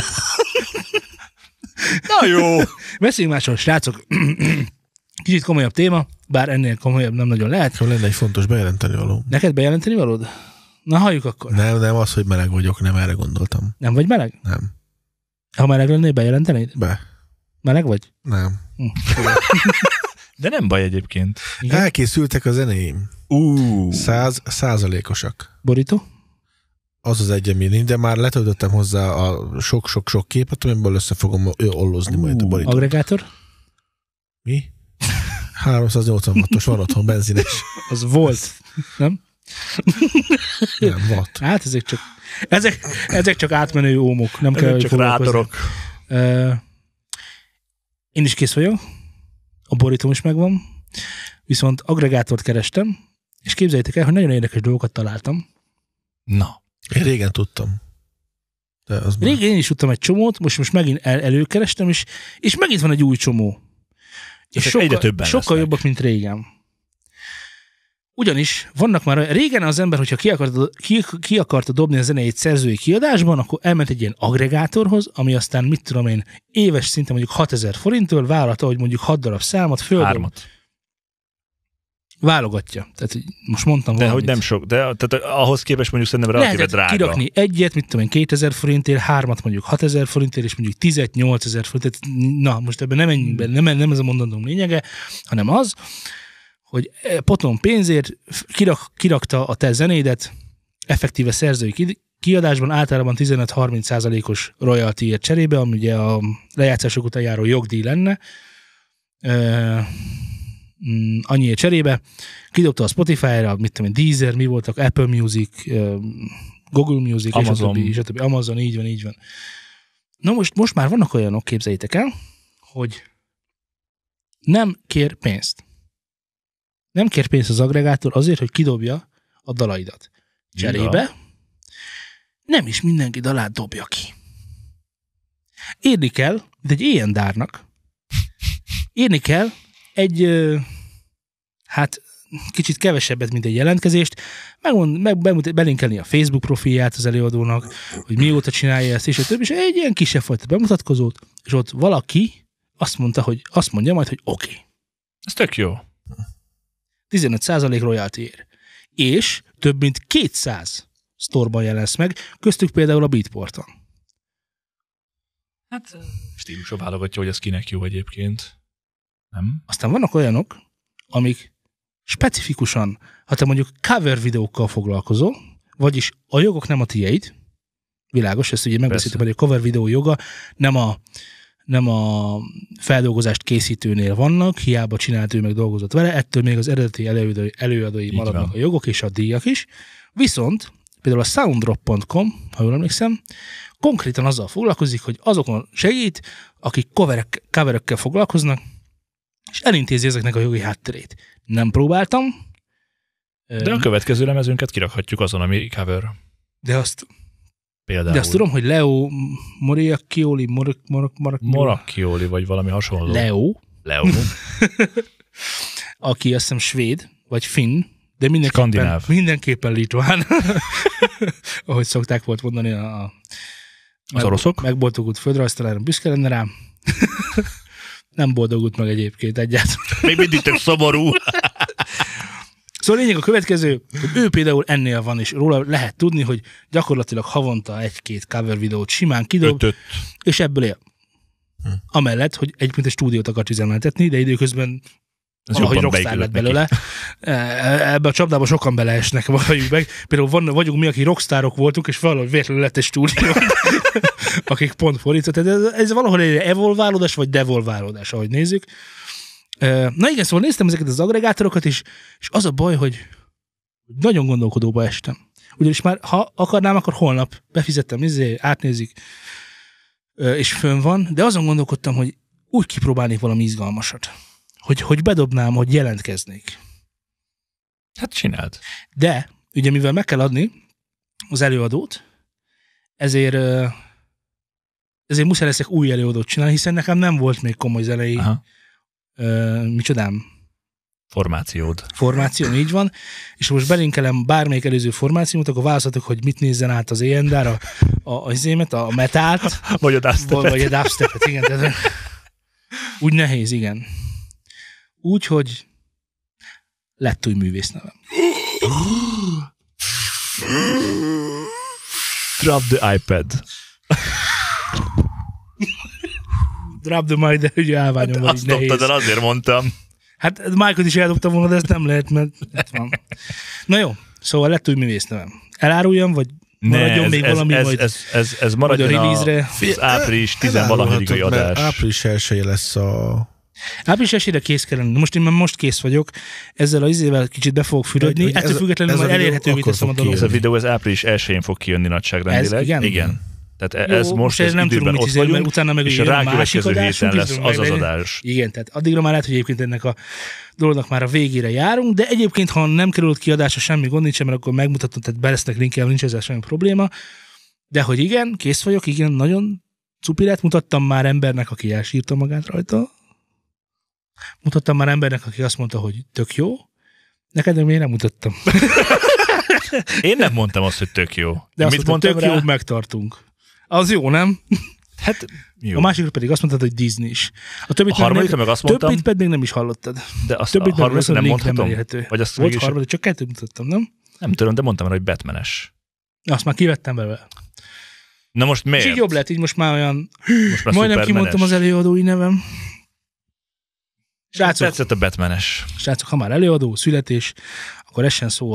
Na jó. Beszéljünk másról, srácok. Kicsit komolyabb téma, bár ennél komolyabb nem nagyon lehet. Ha lenne egy fontos bejelenteni való. Neked bejelenteni valód? Na, halljuk akkor. Nem az, hogy meleg vagyok, nem erre gondoltam. Nem vagy meleg? Nem. Ha meleg lennél, bejelentenéd? Be. Meleg vagy? Nem. De nem baj egyébként. Igen? Elkészültek a zenéim. 100%-osak. Borító? Az egy, ami de már letöltöttem hozzá a sok-sok-sok képet, amiből össze fogom ollozni majd a borítót. Agregátor? Mi? 380 wattos van otthon, benzines. Az volt, nem? Nem, watt. Hát ezek csak átmenő ómok, nem kell, csak rátorok. Én is kész vagyok, a borítóm is megvan, viszont agregátort kerestem, és képzeljétek el, hogy nagyon érdekes dolgokat találtam. Na. Én régen tudtam. De az régen én is tudtam egy csomót, most megint előkerestem, és megint van egy új csomó. És sokkal jobbak, mint régen. Ugyanis vannak már, régen az ember, hogyha ki akarta dobni a zenét szerzői kiadásban, akkor elment egy ilyen agregátorhoz, ami aztán, mit tudom én, éves szinten mondjuk 6000 forinttól vállalta, hogy mondjuk 6 darab számot földön. 3. Válogatja. Tehát most mondtam de valamit. hogy nem sok, de tehát ahhoz képest mondjuk szerintem relatíve drága. Kirakni egyet, mit tudom én, 2000 forintért, 3 mondjuk 6000 forintért, és mondjuk 10 8000 forintért. Na, most ebben nem menjünk be, nem ez a mondandóm lényege, hanem az, hogy potom pénzért kirakta a te zenédet, effektíve szerzői kiadásban általában 15-30%-os royaltyért cserébe, ami ugye a lejátszások után járó jogdíj lenne, annyiért cserébe. Kidobta a Spotify-ra, mit tudom én, Deezer, mi voltak, Apple Music, Google Music, Amazon. és a többi. Amazon, így van. Na most már vannak olyanok, képzeljétek el, hogy nem kér pénzt. Nem kér pénzt az agregátor azért, hogy kidobja a dalaidat. Cserébe nem is mindenki dalát dobja ki. Érni kell, de egy ilyen dárnak, érni kell egy, hát kicsit kevesebbet, mint egy jelentkezést, belinkelni a Facebook profilját az előadónak, hogy mióta csinálja ezt, és a többi, és egy ilyen kisebb fajta bemutatkozót, és ott valaki azt mondja majd, hogy oké. Ez tök jó. 15% royaltyért. És több mint 200 sztorban jelensz meg, köztük például a Beatporton. Hát stílusra válogatja, hogy ez kinek jó egyébként. Nem? Aztán vannak olyanok, amik specifikusan, ha te mondjuk cover videókkal foglalkozol, vagyis a jogok nem a tiéd, világos, ezt ugye megbeszéltük, hogy a cover videó joga nem a feldolgozást készítőnél vannak, hiába csinált ő meg dolgozott vele, ettől még az eredeti előadói maradnak a jogok és a díjak is. Viszont például a sounddrop.com, ha jól emlékszem, konkrétan azzal foglalkozik, hogy azokon segít, akik coverökkel foglalkoznak, és elintézi ezeknek a jogi hátterét. Nem próbáltam, De a következő lemezünket kirakhatjuk azon, ami cover. De azt Például. tudom, hogy Leo Moracchioli, Moracchioli, vagy valami hasonló. Leo. Aki azt hiszem svéd, vagy finn, de mindenképpen litván. Ahogy szokták volt mondani az oroszok. Megboldogult földrajztalára büszke lenne rám. Nem boldogult meg egyébként egyáltalán. Még mindig tök szomorú. Szóval lényeg a következő, hogy ő például ennél van, és róla lehet tudni, hogy gyakorlatilag havonta 1-2 cover videót simán kidob, és ebből él. Amellett, hogy egyébként egy stúdiót akart üzemeltetni, de időközben valahogy rockstar lett belőle. Ebbe a csapdába sokan beleesnek, valljuk meg. Például vagyunk mi, akik rockstárok voltunk, és valahogy véletlenül lett egy stúdió, akik pont fordított. Ez valahol egy evolválódás, vagy devolválódás, ahogy nézzük. Na igen, szóval néztem ezeket az agregátorokat, és az a baj, hogy nagyon gondolkodóba estem. Ugyanis már, ha akarnám, akkor holnap befizettem, átnézik, és fönn van, de azon gondolkodtam, hogy úgy kipróbálnék valami izgalmasat. Hogy bedobnám, hogy jelentkeznék. Hát csináld. De, ugye mivel meg kell adni az előadót, ezért muszáj leszek új előadót csinálni, hiszen nekem nem volt még komoly zenei micsodám? Formáció, így van. És most belinkelem bármelyik előző formációt, akkor választhatok, hogy mit nézzen át az A&R, a metált, vagy a dubstepet. Vagy a dubstepet, igen. Tehát, úgy nehéz, igen. Úgyhogy lett új művésznevem. Drop the iPad. Drop the mic, de ugye állványom van, így nehéz. Azt dobtad el, azért mondtam. Hát Mike-ot is eldobtam volna, de ezt nem lehet, mert itt van. Na jó, szóval lett új művésznevem. Eláruljam, vagy maradjon még valami, ez maradjon az április 10-valahányikai adás. Április 1-je lesz a... Április 1-re kész kell lenni. Most kész vagyok. Ezzel az izével kicsit be fogok fürödni. Ettől függetlenül majd elérhetővé teszem a dolgot. Ez a videó az április 1-én fog kijönni nagyságrendileg. Igen. Tehát ez most ez nem időben tudom, ott vagyunk, mert utána meg és a rákövetkező héten lesz az adás. Igen, tehát addigra már lehet, hogy egyébként ennek a dolognak már a végére járunk, de egyébként, ha nem került kiadásra, semmi gond nincsen, mert akkor megmutatom, tehát be lesznek linkelve, nincs ezzel semmi probléma. De hogy igen, kész vagyok, igen, nagyon cupirát mutattam már embernek, aki elsírta magát rajta. Mutattam már embernek, aki azt mondta, hogy tök jó. Neked még nem mutattam. Én nem mondtam azt, hogy tök jó. De azt mondtam, tök jó, megtartunk. Az jó, nem? Hát jó. A másikra pedig azt mondtad, hogy Disney is. A harmadikra meg azt mondtam. Többit pedig nem is hallottad. De azt a harmadikra nem mondhatom? Vagy azt volt harmadik, csak 2 mutattam, nem? Nem tudom, de mondtam rá, hogy Batman-es. Azt már kivettem belőle. Na most miért? És így jobb lett, így most már olyan... Majdnem kimondtam az előadói nevem. Srácok, tetszett a Batman-es. Srácok, ha már előadó, születés, akkor essen szó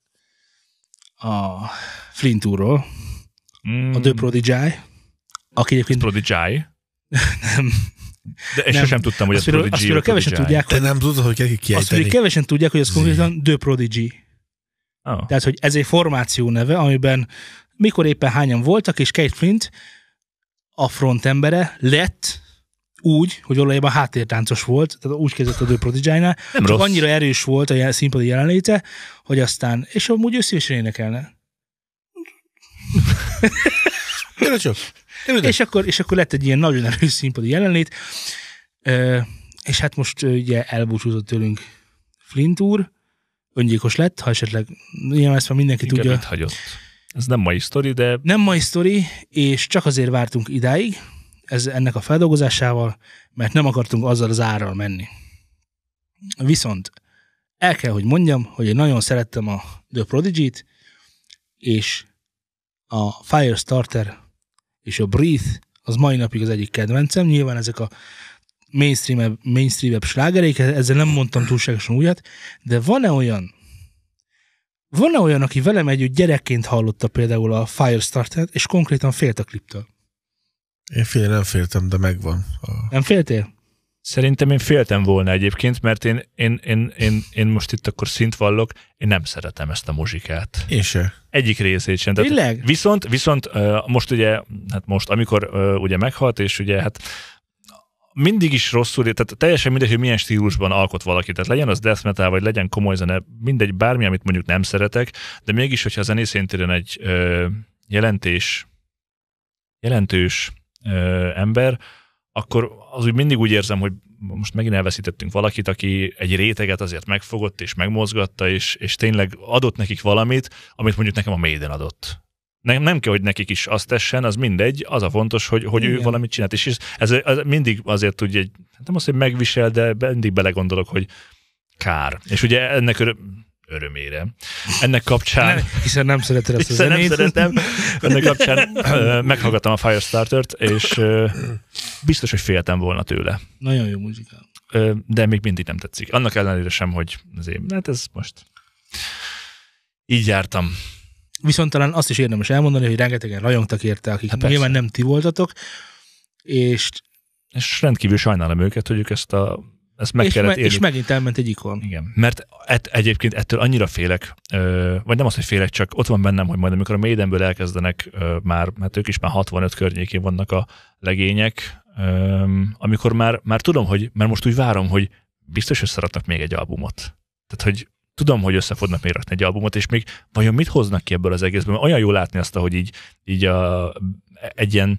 a Flint úrról, a The Prodigy, aki egyébként... Prodigy? Nem. De én sosem tudtam, hogy ez Prodigy. Azt kevesen tudják, hogy... nem tudod, hogy kell kiejteni. Azt kevesen tudják, hogy ez konkrétan The Prodigy. Oh. Tehát, hogy ez egy formáció neve, amiben mikor éppen hányan voltak, és Kate Flint a frontembere lett úgy, hogy valójában háttértáncos volt, tehát úgy kezdett a The Prodigy-nál, csak rossz. Annyira erős volt a színpadi jelenléte, hogy aztán, és amúgy ő szívesen énekelne. És akkor lett egy ilyen nagyon erős színpadi jelenlét, és hát most ugye elbúcsúzott tőlünk Flint úr, öngyilkos lett, ha esetleg ilyen ezt már mindenki inkább tudja. Itt hagyott. Ez nem mai sztori, de... Nem mai sztori, és csak azért vártunk idáig, ennek a feldolgozásával, mert nem akartunk azzal az árral menni. Viszont el kell, hogy mondjam, hogy én nagyon szerettem a The Prodigy-t, és a Firestarter és a Breathe az mai napig az egyik kedvencem. Nyilván ezek a mainstream-ebb slágereik, ezzel nem mondtam túlságosan újat, de van-e olyan, aki velem együtt gyerekként hallotta például a Firestarter-t, és konkrétan félt a kliptől? Én nem féltem, de megvan. Nem féltél? Szerintem én féltem volna egyébként, mert én most itt akkor szint vallok, én nem szeretem ezt a muzsikát. Én se. Egyik részét sem. Viszont most ugye, hát most, amikor ugye meghalt, és ugye hát mindig is rosszul, tehát teljesen mindegy, hogy milyen stílusban alkot valaki, tehát legyen az death metal, vagy legyen komoly zene, mindegy, bármi, amit mondjuk nem szeretek, de mégis, hogyha a zenész szintéren egy jelentős ember, akkor az úgy mindig úgy érzem, hogy most megint elveszítettünk valakit, aki egy réteget azért megfogott és megmozgatta, és tényleg adott nekik valamit, amit mondjuk nekem a Maiden adott. Nem kell, hogy nekik is azt tessen, az mindegy, az a fontos, hogy ő valamit csinált. És ez mindig azért tudja, nem azt, hogy megvisel, de mindig belegondolok, hogy kár. És ugye ennek örömére. Ennek kapcsán... Hiszen nem szereted ezt a zenét. Nem szeretem. Ennek kapcsán meghallgattam a Firestartert, és biztos, hogy féltem volna tőle. Nagyon jó muzsikál. De még mindig nem tetszik. Annak ellenére sem, hogy hát ez most... Így jártam. Viszont talán azt is érdemes elmondani, hogy rengetegen rajongtak érte, akik hát nyilván nem ti voltatok, és rendkívül sajnálom őket, hogy ők ezt meg kellett élni. És megint elment egy ikon. Igen, mert egyébként ettől annyira félek, vagy nem az, hogy félek, csak ott van bennem, hogy majd amikor a Maidenből elkezdenek hát ők is már 65 környékén vannak a legények, amikor már tudom, mert most úgy várom, hogy biztos összeraknak még egy albumot. Tehát, hogy tudom, hogy össze fognak még rakni egy albumot, és még vajon mit hoznak ki ebből az egészből? Olyan jó látni azt, hogy így egy ilyen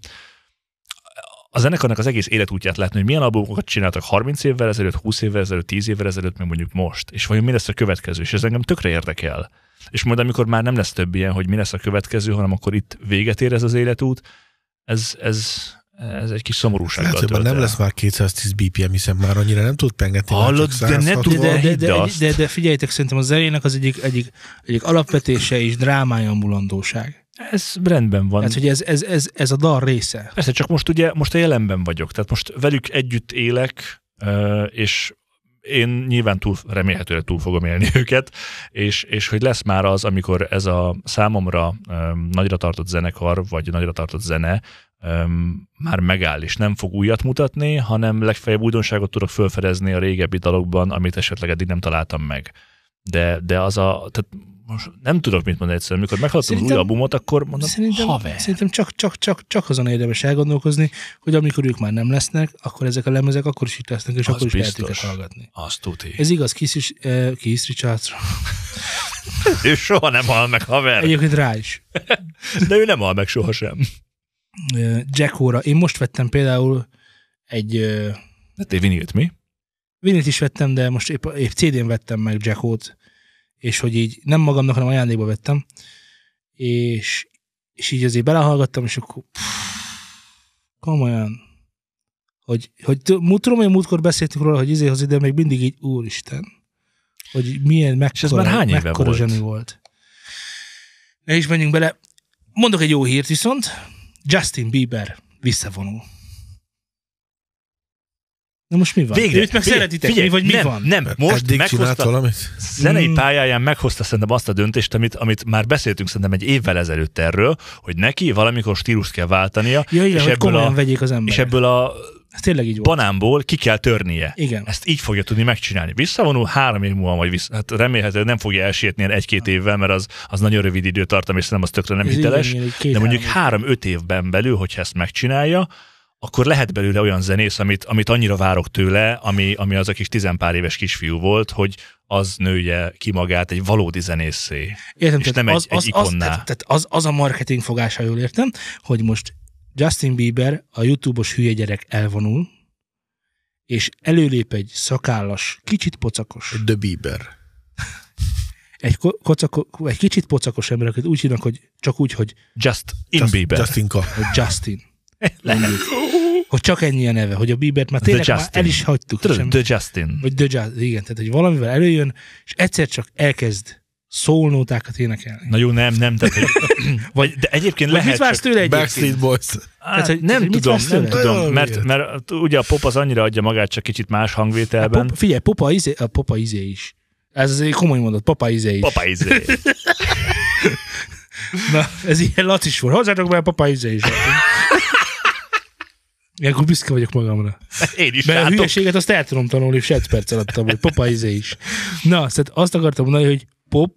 a zenekarnak az egész életútját látni, hogy milyen albumokat csináltak 30 évvel ezelőtt, 20 évvel ezelőtt, 10 évvel ezelőtt, meg mondjuk most. És vajon mi lesz a következő? És ez engem tökre érdekel. És majd amikor már nem lesz több ilyen, hogy mi lesz a következő, hanem akkor itt véget ér ez az életút, ez egy kis szomorúsággal tölt el. Nem lesz már 210 BPM, hiszen már annyira nem tud pengetni. Hallod, de ne de figyeljetek, szerintem a zenének az egyik alapvetése és drámája a mulandóság. Ez rendben van. Hát, hogy ez a dal része. Persze, csak most a jelenben vagyok. Tehát most velük együtt élek, és én nyilván remélhetőleg túl fogom élni őket, és hogy lesz már az, amikor ez a számomra nagyra tartott zenekar, vagy nagyra tartott zene már megáll, és nem fog újat mutatni, hanem legfeljebb újdonságot tudok felfedezni a régebbi dalokban, amit esetleg eddig nem találtam meg. De tehát most nem tudok mit mondani egyszerűen, amikor meghallottam az új albumot, akkor mondom, Szerintem csak azon érdemes elgondolkozni, hogy amikor ők már nem lesznek, akkor ezek a lemezek akkor is itt lesznek, és az akkor is lehet őket hallgatni. Azt tuti. Ez igaz Keith Richardsra. Ő soha nem hal meg, haver. Egyébként rá is. De ő nem hal meg sohasem. Jacko-ra. Én most vettem például egy... Hát vinilt mi? Vinilt is vettem, de most épp CD-n vettem meg Jacko-t, és hogy így nem magamnak, hanem ajándékba vettem, és így azért belehallgattam, és akkor komolyan, hogy tudom, hogy múltkor beszéltünk róla, hogy az ide még mindig így, úristen, hogy milyen mekkora zseni volt. Ne is menjünk bele. Mondok egy jó hírt viszont, Justin Bieber visszavonul. Na most mi van? Végre, őt meg szeretitek, mi van? Nem, most meghozta, valamit? Zenei pályáján meghozta szerintem azt a döntést, amit már beszéltünk szerintem egy évvel ezelőtt erről, hogy neki valamikor stílust kell váltania, ja, igen, és komolyan vegyék az emberek. És ebből a banánból ki kell törnie. Igen. Ezt így fogja tudni megcsinálni. Visszavonul 3 év múlva, majd hát remélhetően nem fogja elsietni 1-2 évvel, mert az nagyon rövid időtartam, és szerintem az tökre nem hiteles. De mondjuk 3-5 évben belül, hogyha ezt megcsinálja, akkor lehet belőle olyan zenész, amit annyira várok tőle, ami az a kis 10 pár éves kisfiú volt, hogy az nője ki magát egy valódi zenészé. Értem, és nem egy ikonná. Tehát az a marketing fogása, jól értem, hogy most Justin Bieber, a YouTube-os hülye gyerek elvonul, és előlép egy szakállas, kicsit pocakos. The Bieber. Egy kicsit pocakos ember, akit úgy hívnak, hogy csak úgy, hogy Bieber. Justinka. Justin. Hogy csak ennyi a neve, hogy a Biebert már tényleg már el is hagytuk. The Justin. Vagy The Justin, igen, tehát hogy valamivel előjön, és egyszer csak elkezd szólnótákat énekelni. Na jó, nem, tehát, hogy, de egyébként vagy lehet mit vársz tőle egyébként? Backstreet Boys. Hát, hogy nem tudom, mert ugye a pop az annyira adja magát, csak kicsit más hangvételben. Figyelj, a popa izé is. Ez azért komoly mondat, popa izé is. Popa izé. Na, ez ilyen lacis volt. Hozzátok be a popa izé is. Ilyenkor büszke vagyok magamra. Én is mert a hülyeséget azt el tudom tanulni, és 1 perc alatt hogy popa izé is. Na, szóval azt akartam mondani, hogy pop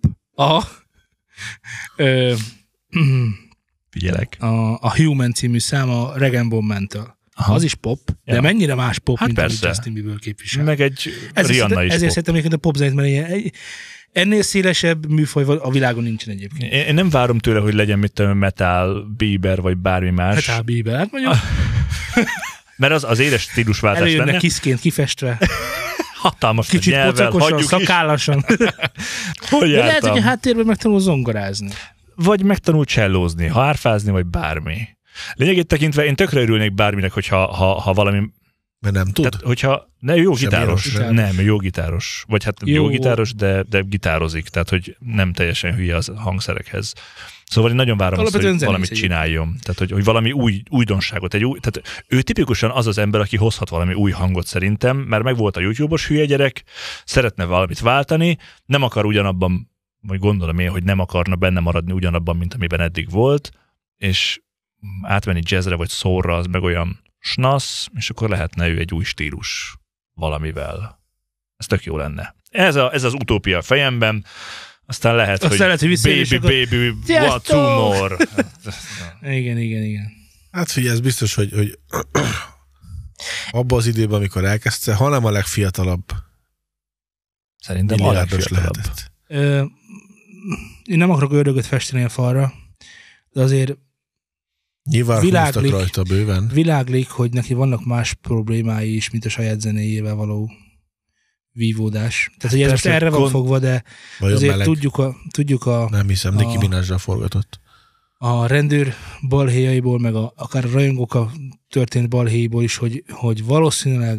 figyelek. A Human című szám a Rag & Bone Man-től. Az is pop, de mennyire más pop, Hát mint persze. amit Justin Bieber képvisel. Meg egy Rihanna is ezért pop. szerintem egyébként a popzenét, mert ennél szélesebb műfaj a világon nincsen egyébként. Én nem várom tőle, hogy legyen mit tudom, metal, Bieber, vagy bármi más. Metal Bieber, hát mondjuk Mert az éles stílusváltás előjönnek lenne. kiszként kifestve, Hatalmas kicsit nyelvvel, pocakosan, hagyjuk is. szakállasan. Hogy De lehet, jártam? hogy a háttérben megtanul zongorázni. Vagy megtanul csellózni, hárfázni, vagy bármi. Lényegét tekintve én tökre örülnék bárminek, hogyha ha valami... Mert nem tud? Tehát, hogyha... Ne, jó Semmi gitáros. rossz. Nem, jó gitáros. Vagy hát jó Jó. gitáros, de gitározik. Tehát, hogy nem teljesen hülye az hangszerekhez. Szóval én nagyon várom azt, Alapvetően hogy valamit zenész csináljon. Tehát, hogy valami újdonságot. Tehát ő tipikusan az az ember, aki hozhat valami új hangot szerintem, mert meg volt a YouTube-os hülye gyerek, szeretne valamit váltani, nem akar ugyanabban, vagy gondolom én, hogy nem akarna benne maradni ugyanabban, mint amiben eddig volt, és átmenni jazzre vagy soulra, az meg olyan snasz, és akkor lehetne ő egy új stílus valamivel. Ez tök jó lenne. Ez az utópia a fejemben, aztán lehet, hogy visszajön, baby, what two more. Igen. Hát figyelj, ez biztos, hogy abban az időben, amikor elkezdte, hanem a legfiatalabb Szerintem a milliárdos legfiatalabb. lehetett. Én nem akarok ördögöt festeni a falra, de azért Nyilván Világlik. húztak rajta bőven. világlik, hogy neki vannak más problémái is, mint a saját zenéjével való vívódás. Tehát, hogy ez most persze, erre van fogva, de Vajon azért meleg? tudjuk Nem hiszem, Nicki Minajra forgatott. a rendőr balhéjaiból, meg akár a rajongók történt balhéjaiból is, hogy valószínűleg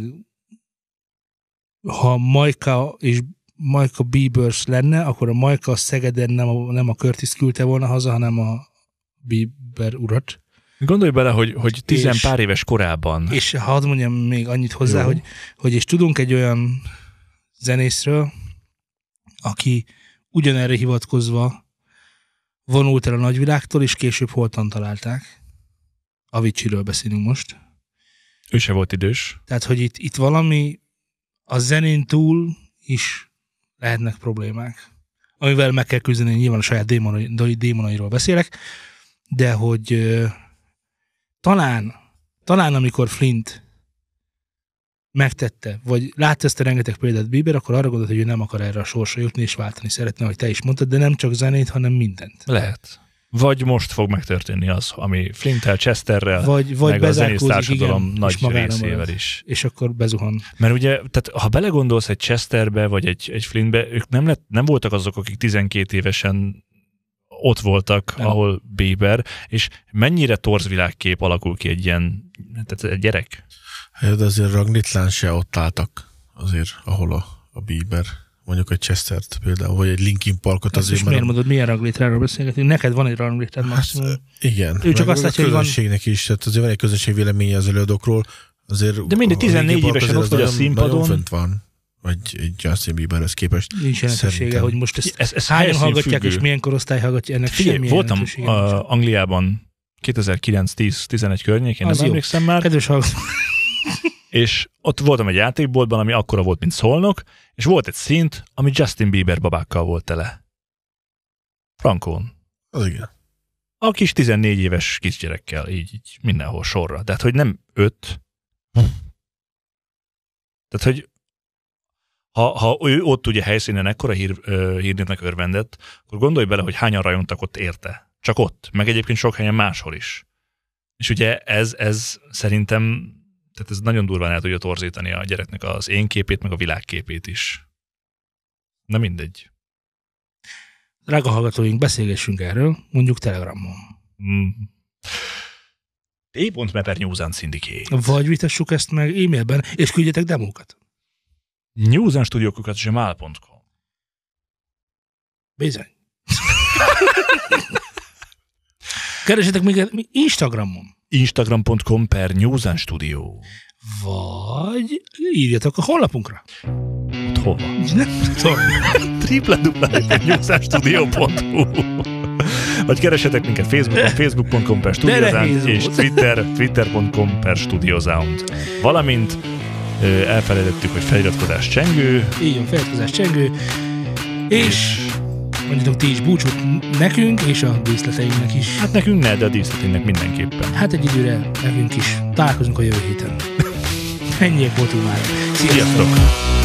ha Majka Biebers lenne, akkor a Majka Szegeden nem a Curtis küldte volna haza, hanem a Bieber urat. Gondolj bele, hogy 10 És- pár éves korában. És hadd mondjam még annyit hozzá, Jó. hogy és tudunk egy olyan zenészről, aki ugyanerre hivatkozva vonult el a nagyvilágtól, és később holtan találták. Aviciiről beszélünk most. Ő se volt idős. Tehát, hogy itt valami a zenén túl is lehetnek problémák, amivel meg kell küzdeni, nyilván a saját démonairól beszélek, de hogy talán amikor Flint megtette, vagy látta ezt a rengeteg példát Bieber, akkor arra gondolt, hogy ő nem akar erre a sorsra jutni, és váltani szeretne, ahogy te is mondtad, de nem csak zenét, hanem mindent. Lehet. Vagy most fog megtörténni az, ami Flinttel, Chesterrel, Vagy meg a zenész bezárkózik, társadalom igen, és nagy magára részével marad. is. És akkor bezuhan. Mert ugye, tehát ha belegondolsz egy Chesterbe, vagy egy Flintbe, ők nem voltak azok, akik 12 évesen ott voltak, Nem. ahol Bieber, és mennyire torz világkép alakul ki egy ilyen, tehát egy gyerek. Hát azért Ragnitlán se ott álltak azért, ahol a Bieber, mondjuk egy Chestert például, vagy egy Linkin Parkot Ezt azért. is miért mondod, milyen ranglétráról beszélgetünk? Neked van egy ranglétrád maximum. Igen. Ő csak meg azt a látja, hogy van- közönségnek is, tehát azért van egy közönség véleménye az előadókról, azért De mindegy, a Linkin 14 Park évesen azért ott vagy az a nagyon- színpadon. Nagyon fönt van, vagy egy Justin Bieberhez képest. Nincs jelentősége, Szerintem. hogy most ezt Ez hányan helyszín hallgatják, függő. és milyen korosztály hallgatja, ennek Figyelj, semmilyen voltam jelentősége nincs. Angliában 2009-10-11 környékén, Az nem jó. emlékszem már, Kedves hallgató, és ott voltam egy játékboltban, ami akkora volt, mint Szolnok, és volt egy szint, ami Justin Bieber babákkal volt tele. Frankón. Az igen. A kis 14 éves kisgyerekkel, így mindenhol sorra. Tehát, hogy nem 5. Tehát, hogy ha ő ott ugye helyszínen ekkora hírnévnek örvendett, akkor gondolj bele, hogy hányan rajongtak ott érte. Csak ott, meg egyébként sok helyen máshol is. És ugye ez szerintem, tehát ez nagyon durván el tudja torzítani a gyereknek az én képét, meg a világképét is. Na mindegy. drága hallgatóink, beszélgessünk erről, mondjuk Telegramon. t.me/Newsan Syndicate. Vagy vitassuk ezt meg e-mailben, és küldjetek demókat. newsanstudio@gmail.com. Bizony. Keresetek még Instagramon. Instagram.com/Newsan Studio. Vagy írjatok a honlapunkra. Ott hova? Nem tudom. www.newsanstudio.hu. Vagy keresetek minket Facebookon, facebook.com/studiosound és twitter.com/studiosound. Valamint elfelejtettük, hogy feliratkozás csengő, Így van, feliratkozás csengő. És mondjatok ti is búcsút nekünk, és a díszleteinknek is. Hát nekünk ne, de a díszleteinknek mindenképpen. Hát egy időre nekünk is. Találkozunk a jövő héten. Ennyiek voltunk már. Sziasztok!